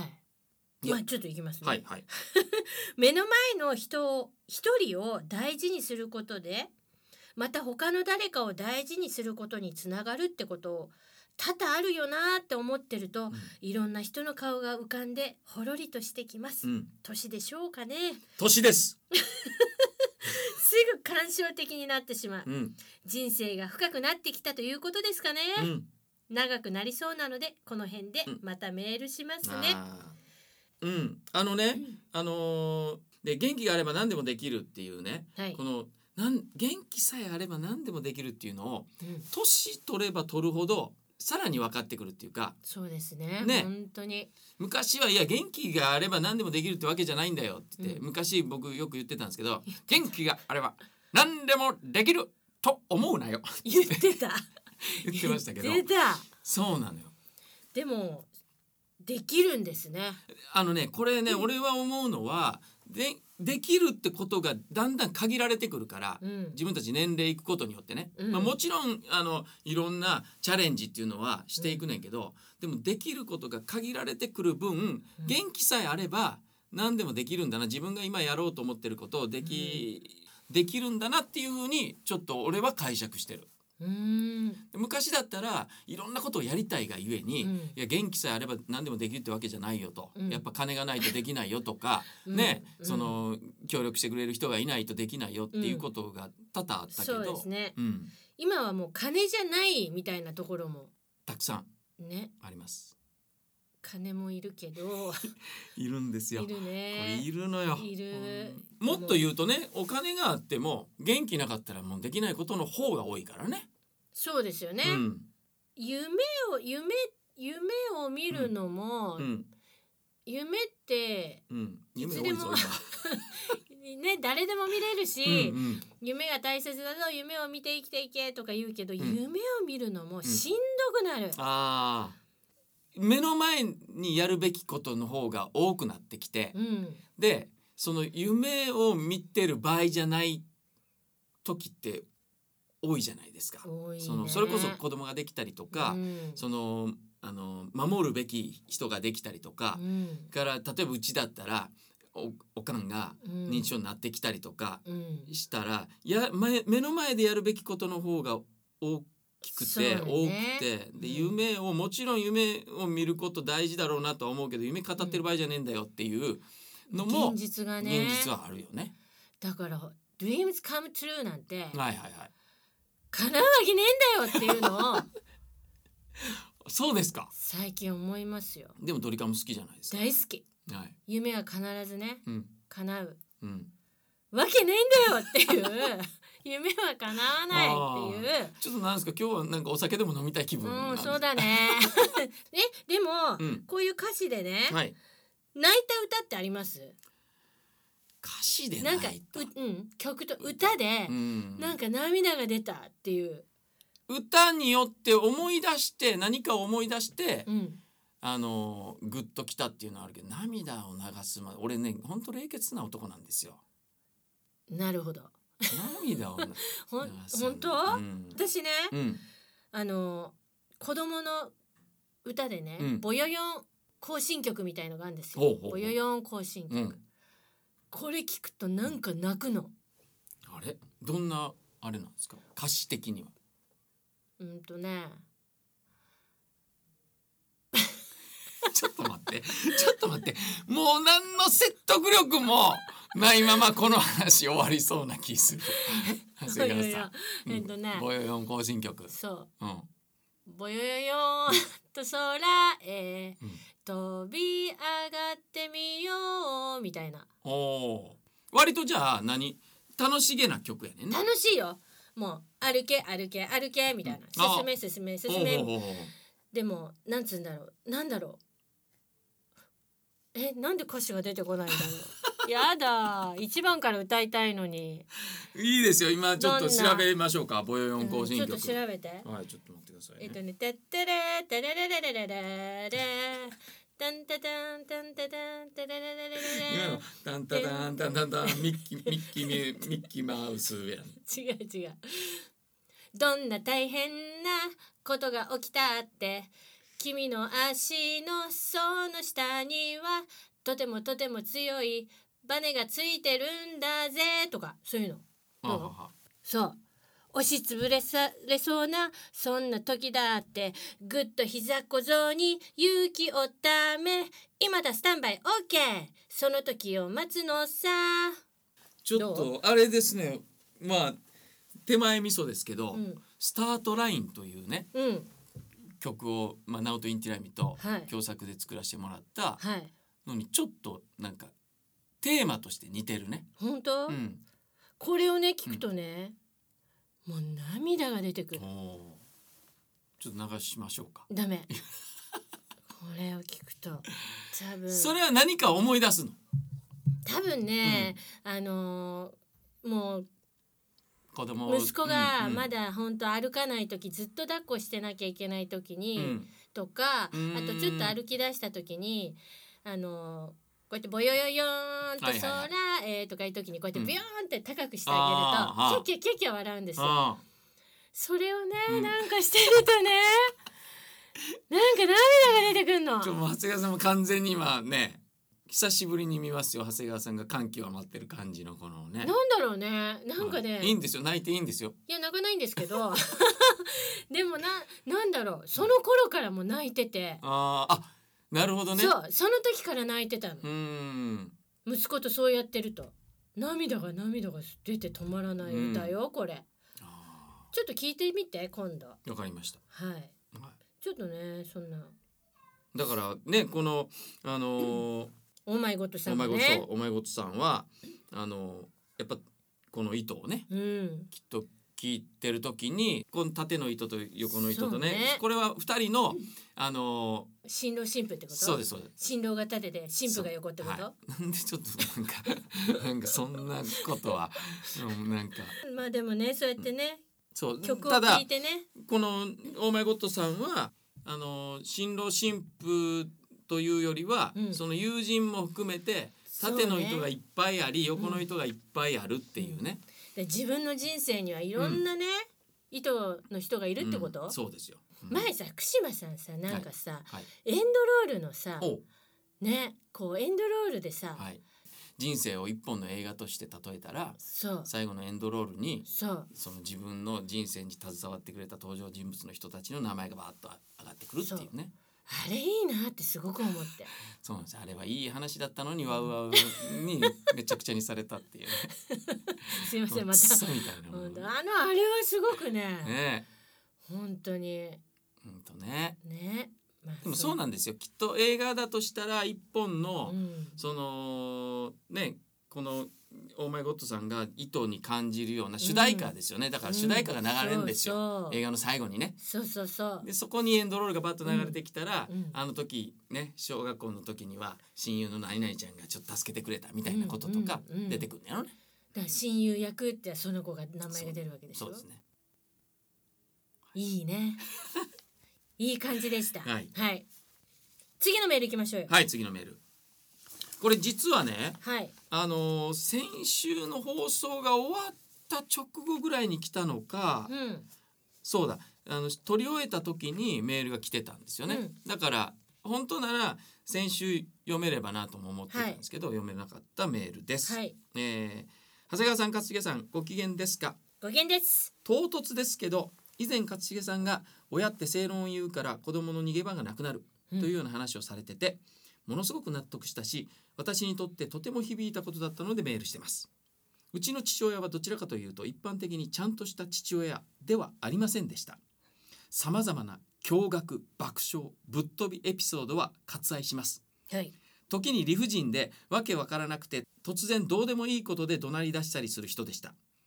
まあちょっといきますね。 はいはい。 目の前の人を一人を大事にすることで、また他の誰かを大事にすることにつながるってことを多々あるよなって思ってると、うん、いろんな人の顔が浮かんでほろりとしてきます。うん、年でしょうかね。 年です。 すぐ感傷的になってしまう、うん、人生が深くなってきたということですかね。うん、長くなりそうなのでこの辺でまたメールしますね。 うん、うん、あのね、うん、あのー、で元気があれば何でもできるっていうね、はい、このなん元気さえあれば何でもできるっていうのを、うん、年取れば取るほどさらに分かってくるっていうか。 そうですね。ね、本当に昔はいや元気があれば何でもできるってわけじゃないんだよって言って、うん、昔僕よく言ってたんですけど元気があれば何でもできると思うなよ言ってた言ってましたけど。 言ってた。 そうなのよ。 でもできるんですね。 あのねこれね、うん、俺は思うのはでできるってことがだんだん限られてくるから、うん、自分たち年齢いくことによってね、うん、まあ、もちろんあのいろんなチャレンジっていうのはしていくねんけど、うん、でもできることが限られてくる分、うん、元気さえあれば何でもできるんだな、自分が今やろうと思ってることをでき、うん、できるんだなっていうふうにちょっと俺は解釈してる。うーん、昔だったらいろんなことをやりたいがゆえに、うん、いや元気さえあれば何でもできるってわけじゃないよと、うん、やっぱ金がないとできないよとか、うん、ね、うん、その協力してくれる人がいないとできないよっていうことが多々あったけど、うん、そうですね、うん、 今はもう金じゃないみたいなところもたくさんあります、 ね、金もいるけどいるんですよ。 いるね。 これいるのよ。 いる、 うん、もっと言うとね、お金があっても元気なかったらもうできないことの方が多いからね。 そうですよね、うん、夢を夢夢を見るのも、うん、夢って、うん、いつでもね、誰でも見れるし、うんうん、夢が大切だぞ、夢を見て生きていけとか言うけど、うん、夢を見るのもしんどくなる、うん、あ目の前にやるべきことの方が多くなってきて、うん、でその夢を見てる場合じゃない時って多いじゃないですか。そのそれこそ子供ができたりとか、うん、そのあの守るべき人ができたりとか、うん、から例えばうちだったら お, おかんが認知症になってきたりとかしたら、うん、や目, 目の前でやるべきことの方が大きくて、ね、多くてで夢をもちろん夢を見ること大事だろうなとは思うけど、夢語ってる場合じゃねえんだよっていうのも現実がね、 現実はあるよね。 だから Dreams come true なんて、 はいはいはい、 叶うわけねえんだよっていうのをそうですか。 最近思いますよ。 でもドリカム好きじゃないですか。 大好き、 はい、 夢は必ずね、うん、叶う、うん、わけねえんだよっていう夢は叶わないっていう。 ちょっとなんですか、今日はなんかお酒でも飲みたい気分なんです。うん、そうだねえでも、うん、こういう歌詞でね、はい、泣いた歌ってあります？ 歌詞で泣いた、なんかう、うん、曲と歌で、うん、なんか涙が出たっていう。 歌によって思い出して何かを思い出して、うん、あのグッときたっていうのはあるけど、涙を流すまで俺ね本当冷血な男なんですよ。 なるほど。 涙を流すほん本当、うん、私ね、うん、あの子供の歌でね、うん、ボヨヨン行進曲みたいのがあるんですよ。ほうほうほう、ボヨヨン行進曲、うん、これ聞くとなんか泣くの。 あれどんなあれなんですか、歌詞的には。 うんとねちょっと待ってちょっと待って、もう何の説得力もないままこの話終わりそうな気する長谷川さん、えっとね、ボヨヨン行進曲。 そう、うん、ボヨヨンと空へ、うん、飛び上がってみようみたいな。 お割とじゃあ何楽しげな曲やねんな。 楽しいよ。 もう歩け歩け歩けみたいな、 うん、 進め進め進め。でもなんつうんだろうなんだろうえなんで歌詞が出てこないんだろうやだ一番から歌いたいのに。 いいですよ今ちょっと調べましょうかボヨヨン行進曲、 うん、ちょっと調べて。 はいちょっと待ってくださいね。 えっとねてってれてれれれれれれれタンタタンタンタタンタレレレレレ今のタンタタンタンタンタンミッキーミッキーミッキーマウスやん。 違う違う。どんな大変なことが起きたって君の足のその下にはとてもとても強いバネがついてるんだぜとかそういうの。 はははそう押しつぶれされそうなそんな時だってぐっと膝小僧に勇気をため今だスタンバイ OK その時を待つのさ。 ちょっとあれですねまあ手前味噌ですけど、 うん、 スタートラインというね、 うん、 曲を、まあ、ナオト・インティラミと共作で作らせてもらったのにちょっとなんかテーマとして似てるね。 本当、うん、これをね聞くとね、うん、もう涙が出てくる。 ちょっと流しましょうか。 ダメこれを聞くと多分それは何か思い出すの多分ね、うん、あのー、もう子供息子がまだ本当歩かない時、うん、ずっと抱っこしてなきゃいけない時に、うん、とかあとちょっと歩き出した時にあのー、こうやってボヨヨヨーンと空、はいはいはい、えー、とかいう時にこうやってビヨーンって高くしてあげると、うん、キャッキャキャッキャ笑うんですよ。それをね、うん、なんかしてるとねなんか涙が出てくんの。 ちょ長谷川さんも完全に今ね久しぶりに見ますよ長谷川さんが感極まってる感じのこのね。 なんだろうねなんかね、 はい、いいんですよ泣いていいんですよ。 いや泣かないんですけどでもななんだろうその頃からも泣いてて。 ああなるほどね。 そうその時から泣いてたの。 うーん息子とそうやってると涙が涙が出て止まらない歌よ、うん、これ。あちょっと聞いてみて今度。 わかりました。 はい、はい、ちょっとねそんなだからねこのあのー、 オーマイゴッドさんもねオーマイゴッドさんはあのやっぱこの糸をね、うん、きっと聞いてる時にこの縦の糸と横の糸と ね, ねこれはふたりのあのー、新郎新婦ってこと。 そうですそうです。 新郎が縦で新婦が横ってこと、はい、 なんでちょっとなんかなんかそんなことはなんかまあでもねそうやってね、 そう曲を聴いてねこのオーマイゴッドさんはあの新郎新婦というよりは、うん、その友人も含めて縦の糸がいっぱいあり、ね、横の糸がいっぱいあるっていうね、 うん、で自分の人生にはいろんなね、うん、糸の人がいるってこと、 うん、そうですよ、 うん、前さ福島さんさなんかさ、はいはい、エンドロールのさねこうエンドロールでさ、はい、 人生を一本の映画として例えたら最後のエンドロールにそその自分の人生に携わってくれた登場人物の人たちの名前がバーッと上がってくるっていうね。 あれいいなってすごく思ってそうなんです。あれはいい話だったのにワウワウにめちゃくちゃにされたっていう、ね、 すいませんまたみたいなあのあれはすごくねね本当に本当ねね、まあ、 でもそうなんですよ。きっと映画だとしたら一本の、うん、そのねこのオーマイゴッドさんが意図に感じるような主題歌ですよね、うん、だから主題歌が流れるんですよ、うん、そうそう映画の最後にね。 そうそうそうでそこにエンドロールがバッと流れてきたら、うん、あの時ね小学校の時には親友の何々ちゃんがちょっと助けてくれたみたいなこととか出てくるんやろね、 だから親友役ってその子が名前が出るわけでしょ。 そうですね。 いいねいい感じでした。 はい、 はい、次のメールいきましょうよ。 はい次のメールこれ実はね、 はい、 あのー、先週の放送が終わった直後ぐらいに来たのか、うん、そうだあの取り終えた時にメールが来てたんですよね、うん、だから本当なら先週読めればなとも思ってたんですけど、はい、読めなかったメールです、はいえー、長谷川さん勝重さんご機嫌ですか。 ご機嫌です。 唐突ですけど以前勝重さんが親って正論を言うから子供の逃げ場がなくなるというような話をされてて、うん、ものすごく納得したし私にとってとても響いたことだったのでメールしてます。うちの父親はどちらかというと一般的にちゃんとした父親ではありませんでした。さまざまな驚愕爆笑ぶっ飛びエピソードは割愛します、はい、時に理不尽でわけわからなくて突然どうでもいいことで怒鳴り出したりする人でした。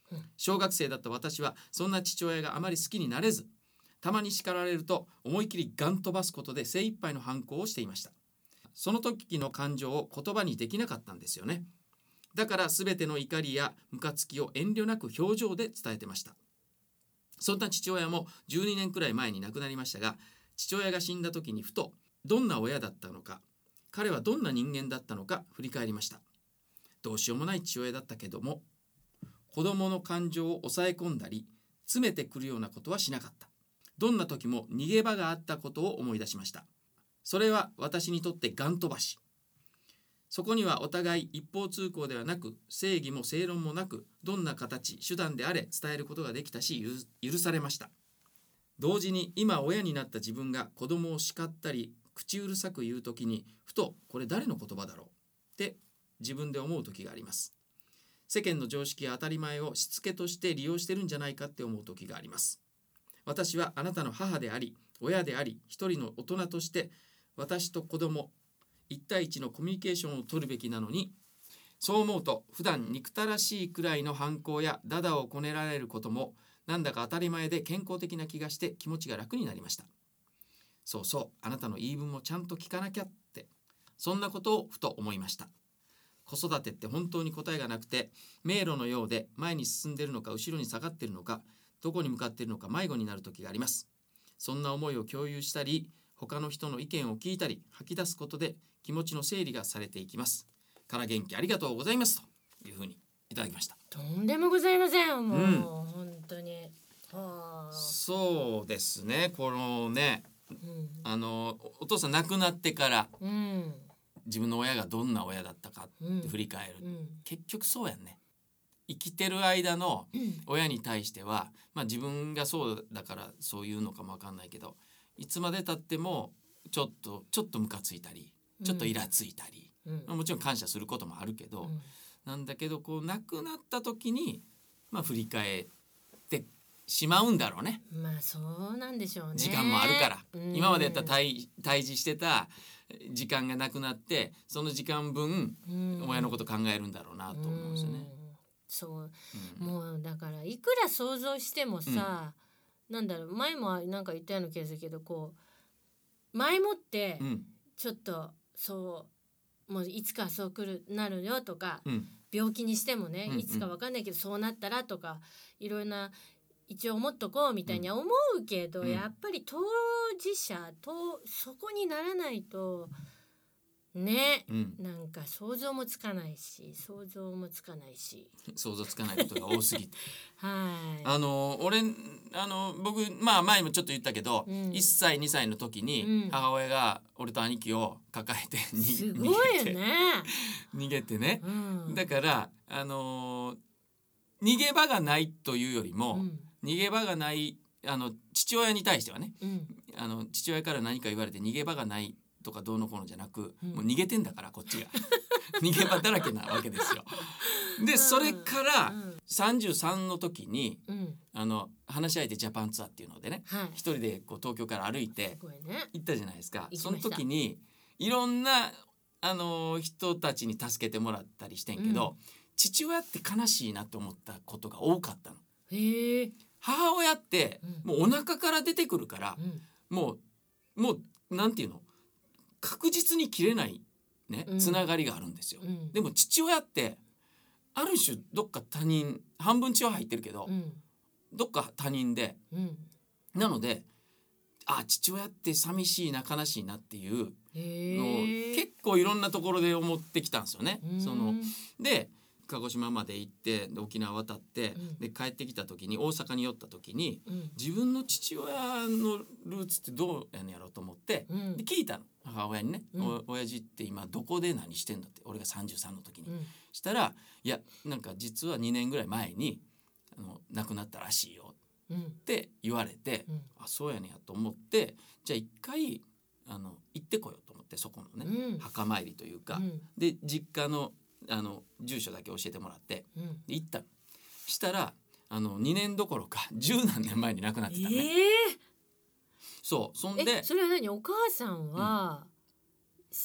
うん、 小学生だった私はそんな父親があまり好きになれず、たまに叱られると思い切りガン飛ばすことで精一杯の反抗をしていました。その時の感情を言葉にできなかったんですよね。だから全ての怒りやムカつきを遠慮なく表情で伝えてました。そんな父親もじゅうにねんくらい前に亡くなりましたが、父親が死んだ時にふとどんな親だったのか、彼はどんな人間だったのか振り返りました。どうしようもない父親だったけども、子供の感情を抑え込んだり詰めてくるようなことはしなかった。どんな時も逃げ場があったことを思い出しました。それは私にとってガン飛ばし。そこにはお互い一方通行ではなく、正義も正論もなく、どんな形手段であれ伝えることができたし、許されました。同時に今親になった自分が子供を叱ったり口うるさく言う時に、ふとこれ誰の言葉だろうって自分で思う時があります。世間の常識や当たり前をしつけとして利用してるんじゃないかって思う時があります。私はあなたの母であり親であり、一人の大人として私と子供一対一のコミュニケーションを取るべきなのに、そう思うと普段憎たらしいくらいの反抗やダダをこねられることもなんだか当たり前で健康的な気がして気持ちが楽になりました。そうそう、あなたの言い分もちゃんと聞かなきゃって、そんなことをふと思いました。子育てって本当に答えがなくて、迷路のようで前に進んでいるのか後ろに下がっているのか、どこに向かっているのか迷子になる時があります。そんな思いを共有したり、他の人の意見を聞いたり吐き出すことで気持ちの整理がされていきます。から元気ありがとうございますというふうにいただきました。 とんでもございません。もう、うん、本当に。 はあ、そうですね。このね、うん、あのお父さん亡くなってから、うん、自分の親がどんな親だったかって振り返る、うん、結局そうやんね。生きてる間の親に対しては、まあ、自分がそうだからそういうのかも分かんないけど、いつまでたってもちょっとちょっとムカついたりちょっとイラついたり、うん、まあ、もちろん感謝することもあるけど、うん、なんだけどこう亡くなった時に、まあ、振り返ってしまうんだろうね。 まあそうなんでしょうね。 時間もあるから、うん、今までやったら対対峙してた時間がなくなって、その時間分、うん、親のこと考えるんだろうなと思うんですよね。うん、 そう、うん、もうだからいくら想像してもさ、うん、なんだろう、前もなんか言ったような気がするけど、こう前もってちょっとそうもういつかそうくるなるよとか、うん、病気にしてもね、いつか分かんないけどそうなったらとか、いろんな一応思っとこうみたいに思うけど、うん、やっぱり当事者とそこにならないとね、うん、なんか想像もつかないし想像もつかないし想像つかないことが多すぎてはい、 あの俺あの僕、まあ、前もちょっと言ったけど、うん、いっさいにさいの時に母親が俺と兄貴を抱えてにすごいよね逃げてね、うん、だからあの逃げ場がないというよりも、うん、逃げ場がないあの父親に対してはね、うん、あの父親から何か言われて逃げ場がないとかどうのこうのじゃなく、うん、もう逃げてんだからこっちが逃げ場だらけなわけですよ。で、うん、それからさんじゅうさんの時に、うん、あの話し相手ジャパンツアーっていうのでね、はい、一人でこう東京から歩いて行ったじゃないですか。その時にいろんなあの人たちに助けてもらったりしてんけど、うん、父親って悲しいなと思ったことが多かったの。 へー。 母親ってもうお腹から出てくるから、うん、もうもうなんていうの確実に切れないね、うん、つながりがあるんですよ、うん、でも父親ってある種どっか他人、半分血は入ってるけど、うん、どっか他人で、うん、なのであ父親って寂しいな悲しいなっていうのを結構いろんなところで思ってきたんですよね。そので鹿児島まで行ってで沖縄渡って、うん、で帰ってきた時に大阪に寄った時に、うん、自分の父親のルーツってどうやねんやろうと思って、うん、で聞いたの母親にね、うん、お親父って今どこで何してんだって俺がさんじゅうさんの時に、うん、したらいやなんか実はにねんぐらい前にあの亡くなったらしいよって言われて、うん、あそうやねんやと思ってじゃあ一回あの行ってこようと思ってそこのね、うん、墓参りというか、うん、で実家のあの住所だけ教えてもらって、うん、行ったのしたらあのにねんどころか十何年前に亡くなってたね、えー、そうそんでそれは何お母さんは、うん、知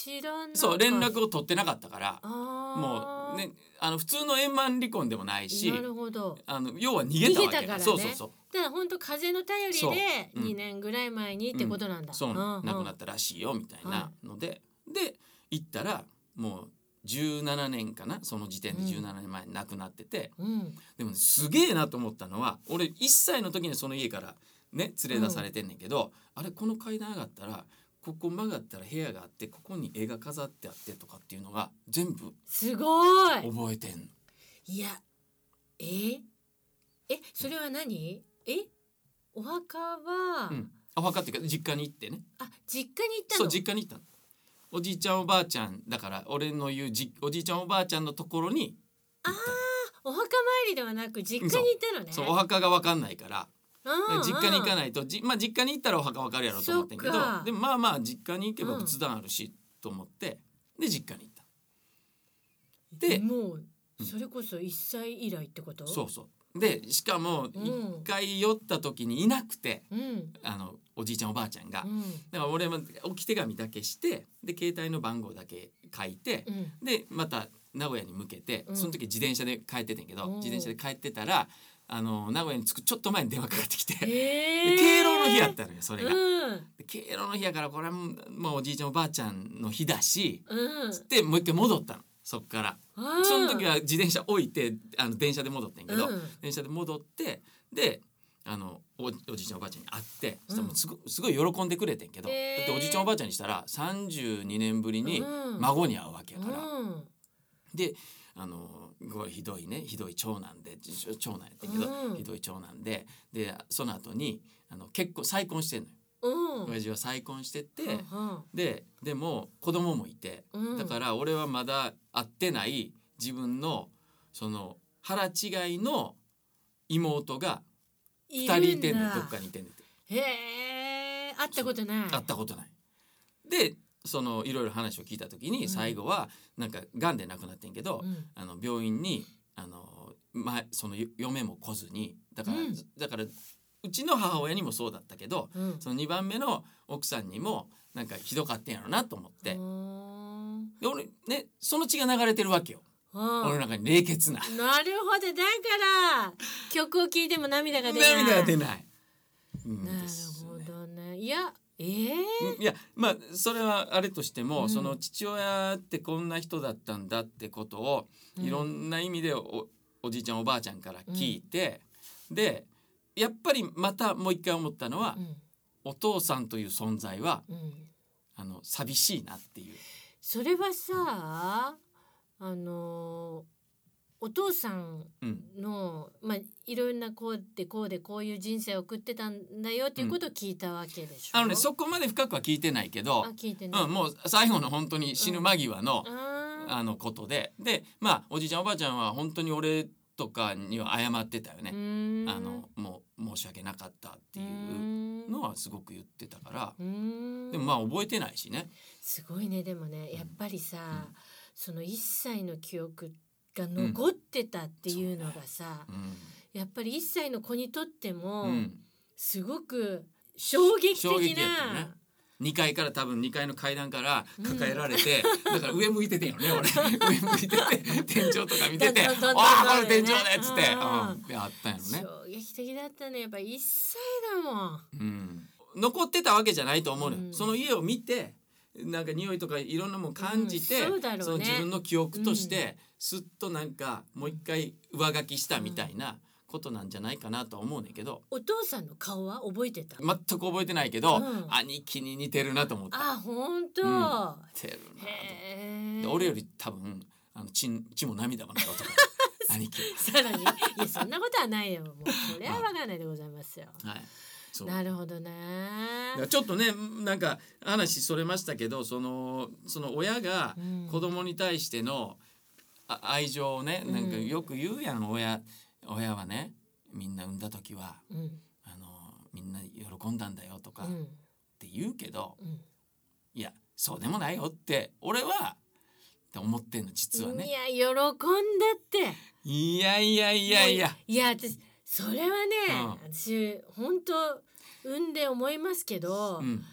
知らなかった。 そう連絡を取ってなかったからあもうねあの普通の円満離婚でもないしなるほどあの要は逃げたわけ逃げたからね。 そうそうそうだから本当風の頼りそうでうんにねんぐらい前にってことなんだ、 うんそう、 んん亡くなったらしいよみたいなので、で行ったらもうじゅうななねんかなその時点でじゅうななねんまえに亡くなってて、 うんでも、ね、すげえなと思ったのは俺いっさいの時にその家からね連れ出されてんねんけど、あれこの階段上がったらここ曲がったら部屋があってここに絵が飾ってあってとかっていうのが全部すごい。 覚えてんの。 いやええそれは何えお墓は、 うん、お墓っていうか実家に行ってね。 あ実家に行ったの。 そう実家に行ったの。おじいちゃんおばあちゃんだから俺の言うじおじいちゃんおばあちゃんのところにあーお墓参りではなく実家に行ったのね。 そうお墓が分かんないからうんうん実家に行かないとじ、まあ、実家に行ったらお墓分かるやろと思ってんけどそっかでもまあまあ実家に行けば仏壇あるし、と思ってで実家に行ったでもうそれこそいっさい以来ってこと。 そうそうでしかもうん一回寄った時にいなくて、 うんあのおじいちゃんおばあちゃんが、 うんだから俺も置き手紙だけしてで携帯の番号だけ書いて、 うんでまた名古屋に向けて、 うんその時自転車で帰っててんけど、 うん自転車で帰ってたらあの名古屋に着くちょっと前に電話かかってきて、 へでー敬老の日やったのよそれが、 うんで敬老の日やからこれはもうもうおじいちゃんおばあちゃんの日だし、 うんつってもう一回戻ったのそっからあーその時は自転車置いてあの電車で戻ってんけど、 うん電車で戻ってであの お, おじいちゃんおばあちゃんに会ってそしたらもうすごすごい喜んでくれてんけど、 へーだっておじいちゃんおばあちゃんにしたらさんじゅうにねんぶりにうん孫に会うわけやから、 うんであのごいひどいねひどい長男で長男やったけど、 うんひどい長男ででその後にあの結婚再婚してんのよ。 うん親父は再婚してて、 うんででも子供もいて、 うんだから俺はまだ会ってない自分のその腹違いの妹がふたりいてんねんどっかにいてんねんて。 へえ会ったことない。 会ったことない。でそのいろいろ話を聞いた時に最後はなんかがんで亡くなってんけど、 うんあの病院にあの、ま、その嫁も来ずにだから、 うんだからうちの母親にもそうだったけど、 うんそのにばんめの奥さんにもなんかひどかったんやろなと思って、 うんで俺ねその血が流れてるわけよ、 うん俺の中に冷血ななるほどだから曲を聴いても涙が出ない。 涙が出ない、うんなるですねほどね。いやええいやまあそれはあれとしても、 うんその父親ってこんな人だったんだってことを、 うんいろんな意味で お, おじいちゃんおばあちゃんから聞いて、でやっぱりまたもう一回思ったのは、 うんお父さんという存在はうんあの寂しいなっていう。 それはさあのお父さんうんのまあいろんなこうでこうでこういう人生を送ってたんだよっていうことを聞いたわけでしょ。 あのねそこまで深くは聞いてないけどあ、聞いてない。 うん、もう最後の本当に死ぬ間際の、 あーあのことででまあおじいちゃんおばあちゃんは本当に俺とかには謝ってたよね。 うーんあのもう申し訳なかったっていうのはすごく言ってたから、 うーんでもまあ覚えてないしね。 すごいね。でもねやっぱりさ、 うんその一歳の記憶が残ってたっていうのがさ、 うやっぱり一歳の子にとっても、 んうん、 すごく衝撃衝撃的やったよねな。 にかいから多分にかいの階段から抱えられて、だから上向いててんよね俺上向いてて天井とか見てて「 どんどんどんどんああこれ天井ね」っつって、 うんうん、であったんやろね。 衝撃的だったね。やっぱ一歳だもん。 うん、残ってたわけじゃないと思うのよ、 うんその家を見てなんか匂いとかいろんなもの感じて、 うんそうだろうねその自分の記憶としてすっとなんかもう一回上書きしたみたいなことなんじゃないかなとは思うねんけど、 お父さんの顔は覚えてた。 全く覚えてないけど、 うん兄貴に似てるなと思った。 あ本当。 うん似てるなと思ってへえ。 で俺より多分あの血血も涙もない男兄貴。 さらにいやそんなことはないよ。もうそれはわかんないでございますよ。 はいそうなるほどね。 いやちょっとねなんか話それましたけどそのその親がうん子供に対してのあ愛情をね、 うんなんかよく言うやん親親はねみんな産んだ時はうんあのみんな喜んだんだよとかっうんて言うけど、 うんいやそうでもないよって俺はって思ってんの実はね。 いや喜んだっていやいやいやいや。 いや私それはね、 う私本当産んで思いますけど、 うん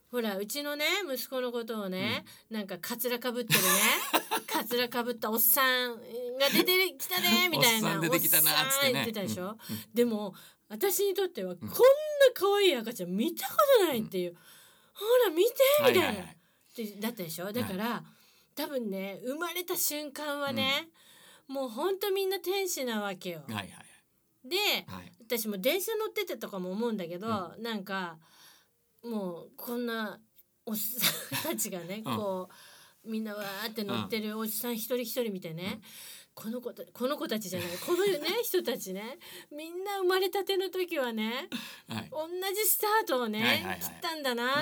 ほらうちのね息子のことをね、うん、なんかカツラかぶってるねカツラかぶったおっさんが出てきたねみたいなおっさん出てきたなっつってね言ってたでしょ、 うんうん、 でも私にとってはこんな可愛い赤ちゃん見たことないっていう、うん、ほら見てみたいな、はいはいはい、ってだったでしょ。だから、はい、多分ね生まれた瞬間はね、うん、もうほんとみんな天使なわけよ、 はいはい、 で、はい、私も電車乗っててとかも思うんだけど、うん、なんかもうこんなおっさんたちがね、うん、こうみんなわーって乗ってるおじさん一人一人見てね、うん、この子たこの子たちじゃないこのね人たちねみんな生まれたての時はね、はい、同じスタートをね、はいはいはい、切ったんだな、うん、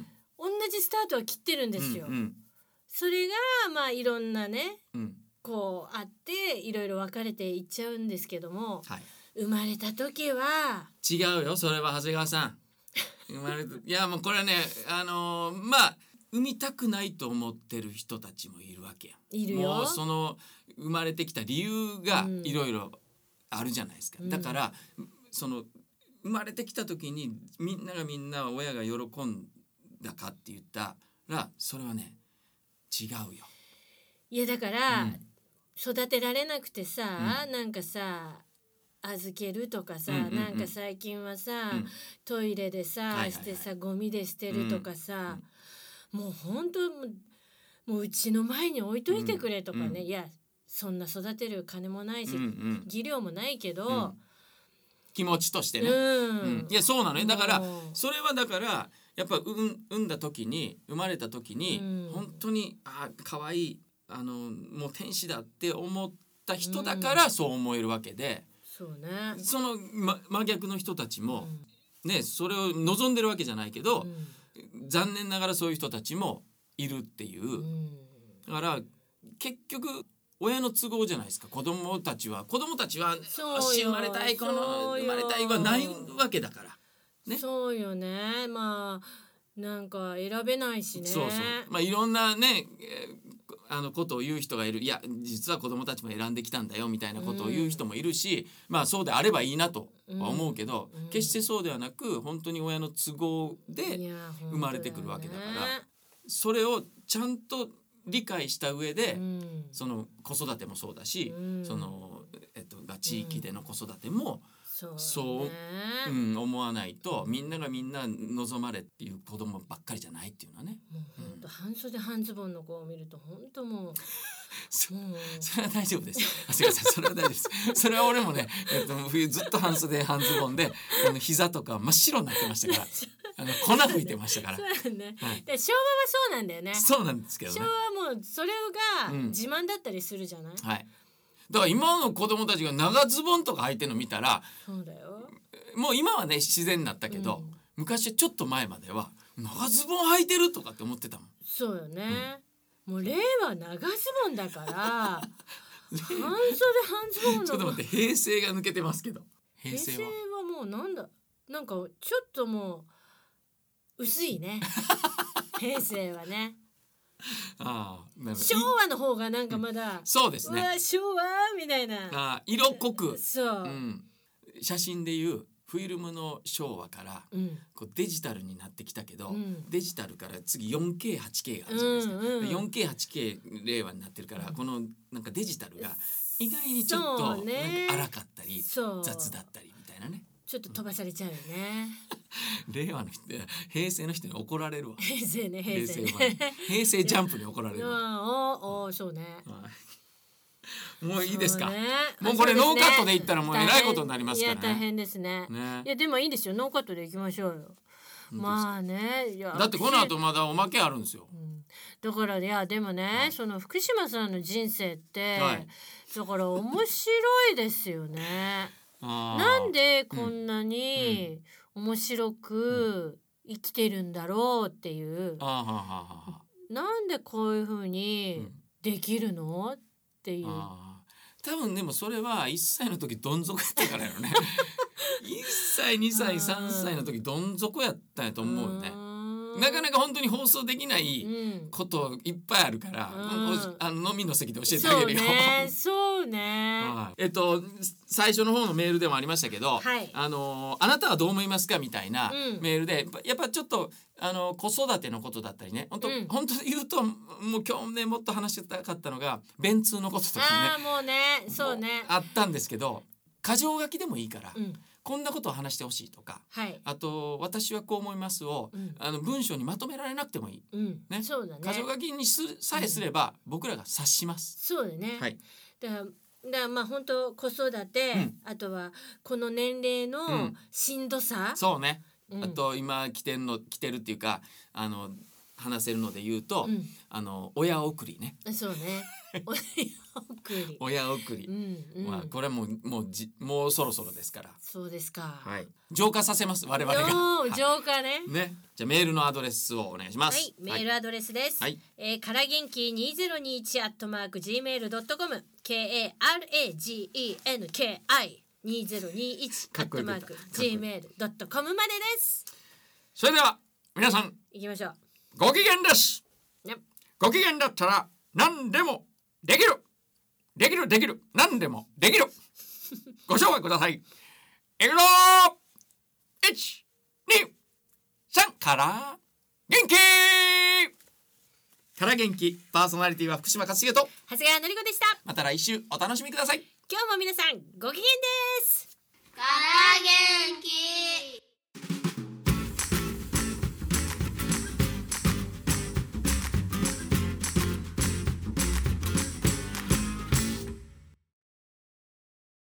同じスタートは切ってるんですよ、うんうん、それがまあいろんなね、うん、こうあっていろいろ分かれていっちゃうんですけども、はい、生まれた時は違うよ。それは長谷川さん生まれたいやもうこれはねあのー、まあ産みたくないと思ってる人たちもいるわけや。 いるよ。 もうその生まれてきた理由がいろいろあるじゃないですか、うん、だからその生まれてきた時にみんながみんな親が喜んだかって言ったらそれはね違うよ。 いやだから、うん、育てられなくてさ、うん、なんかさ預けるとかさ、うんうんうん、なんか最近はさ、うん、トイレでさ、はいはいはい、してさゴミで捨てるとかさ、うん、もうほんともううちの前に置いといてくれとかね、うん、いやそんな育てる金もないし、うんうん、技量もないけど、うん、 気持ちとしてね、うんうん、いやそうなのよ。だからそれはだからやっぱ産んだ時に生まれた時に、うん、本当にあ可愛いあのもう天使だって思った人だからそう思えるわけで、 そうね、 その、ま、真逆の人たちも、うん、ねそれを望んでるわけじゃないけど、うん、残念ながらそういう人たちもいるっていう、うん、だから結局親の都合じゃないですか。子供たちは子供たちは生まれたいこの生まれたいはないわけだから、 ね、そうよね。まあなんか選べないしね。 そうそう、まあいろんなね、えーあのことを言う人がいる。いや実は子供たちも選んできたんだよみたいなことを言う人もいるし、うん、まあそうであればいいなとは思うけど、うん、決してそうではなく本当に親の都合で生まれてくるわけだから、それをちゃんと理解した上で、うん、その子育てもそうだし、うん、そのえっとが地域での子育ても、うん、そう、うん、思わないとみんながみんな望まれっていう子供ばっかりじゃないっていうのはね。 もうほんと、うん、半袖半ズボンの子を見ると本当もうそ, もうそれは大丈夫です。あ、すいません、それは大丈夫です。それは俺もね、えっと、冬ずっと半袖半ズボンであの膝とか真っ白になってましたからあの粉吹いてましたから。 そうね、はい、で昭和はそうなんだよね。 そうなんですけどね。 昭和はもうそれが自慢だったりするじゃない、うん、 はい。だから今の子供たちが長ズボンとか履いてるの見たら、 そうだよ。 もう今はね自然になったけど、うん、昔ちょっと前までは長ズボン履いてるとかって思ってたもん。 そうよね、うん、もう令和長ズボンだから半袖半ズボンのちょっと待って、平成が抜けてますけど。 平成 は, 平成はもうなんだなんかちょっともう薄いね平成はね。 ああ、 昭和の方がなんかまだ、 うん、そうですね、 昭和みたいな、 あ色濃く、 そう、うん、 写真でいうフィルムの昭和から、うん、こうデジタルになってきたけど、うん、デジタルから次 よんケーはちケー があるじゃないですか、うんうん、よんケーはちケー 令和になってるから、うん、このなんかデジタルが意外にちょっとなんか荒かったり、雑だったりみたいなね、 ちょっと飛ばされちゃうよね令和の人、平成の人に怒られるわ。 平成ね、平成ね、 平成は平成ジャンプに怒られるわ。 ああ、そうね、 もういいですか。ね、もうこれノーカットでいったらもうえらいことになりますからね。 いや大変ですね。ね、いやでもいいんですよ、ノーカットでいきましょうよ。まあね、いやだってこの後まだおまけあるんですよ、 うん、だからいやでもね、はい、その福島さんの人生って、はい、だから面白いですよねなんでこんなに面白く生きてるんだろうっていう、うん、なんでこういう風にできるのっていう、 あ多分でもそれはいっさいの時どん底やったからよねいっさいにさいさんさいの時どん底やったんやと思うよね。 なかなか本当に放送できないこといっぱいあるから、うん、あの飲みの席で教えてあげるよ。 そうね、そうね、 はい、えっと最初の方のメールでもありましたけど、はい、あのあなたはどう思いますかみたいなメールで、うん、やっぱちょっとあの子育てのことだったりね、本当、うん、本当言うともう今日ねもっと話したかったのが便通のこととかね、 あもうね、そうね、 あったんですけど、箇条書きでもいいから、うん、こんなことを話してほしいとか、はい、あと私はこう思いますを、うん、あの文章にまとめられなくてもいい、うんね、そうだね、箇条書きにすさえすれば、うん、僕らが察します。 そうだね、はい、だからだからまあ本当子育て、うん、あとはこの年齢のしんどさ、 うん、そうね、うん、あと今来てるの来てるっていうかあの話せるので言うと、うん、あの親送りね。 そうね。親送り。 親送り。うんうん、まあこれももうじもうそろそろですから。 そうですか。 はい。浄化させます我々が。 浄化ね。 ね。じゃあメールのアドレスをお願いします。 はい。メールアドレスです。はい。えー、から元気にせんにじゅういちアットマークジーメールドットコム ケーエーアールエージーイーエヌケーアイにせんにじゅういちアットマークジーメールドットコムまでです。 それでは皆さん行きましょう。 ご機嫌です、ね、ご機嫌だったら何でもできるできるできる何でもできるご紹介ください。いくぞー いちにさんから元気から元気パーソナリティは福島勝重と長谷川のり子でした。 また来週お楽しみください。 今日も皆さんご機嫌です。 から元気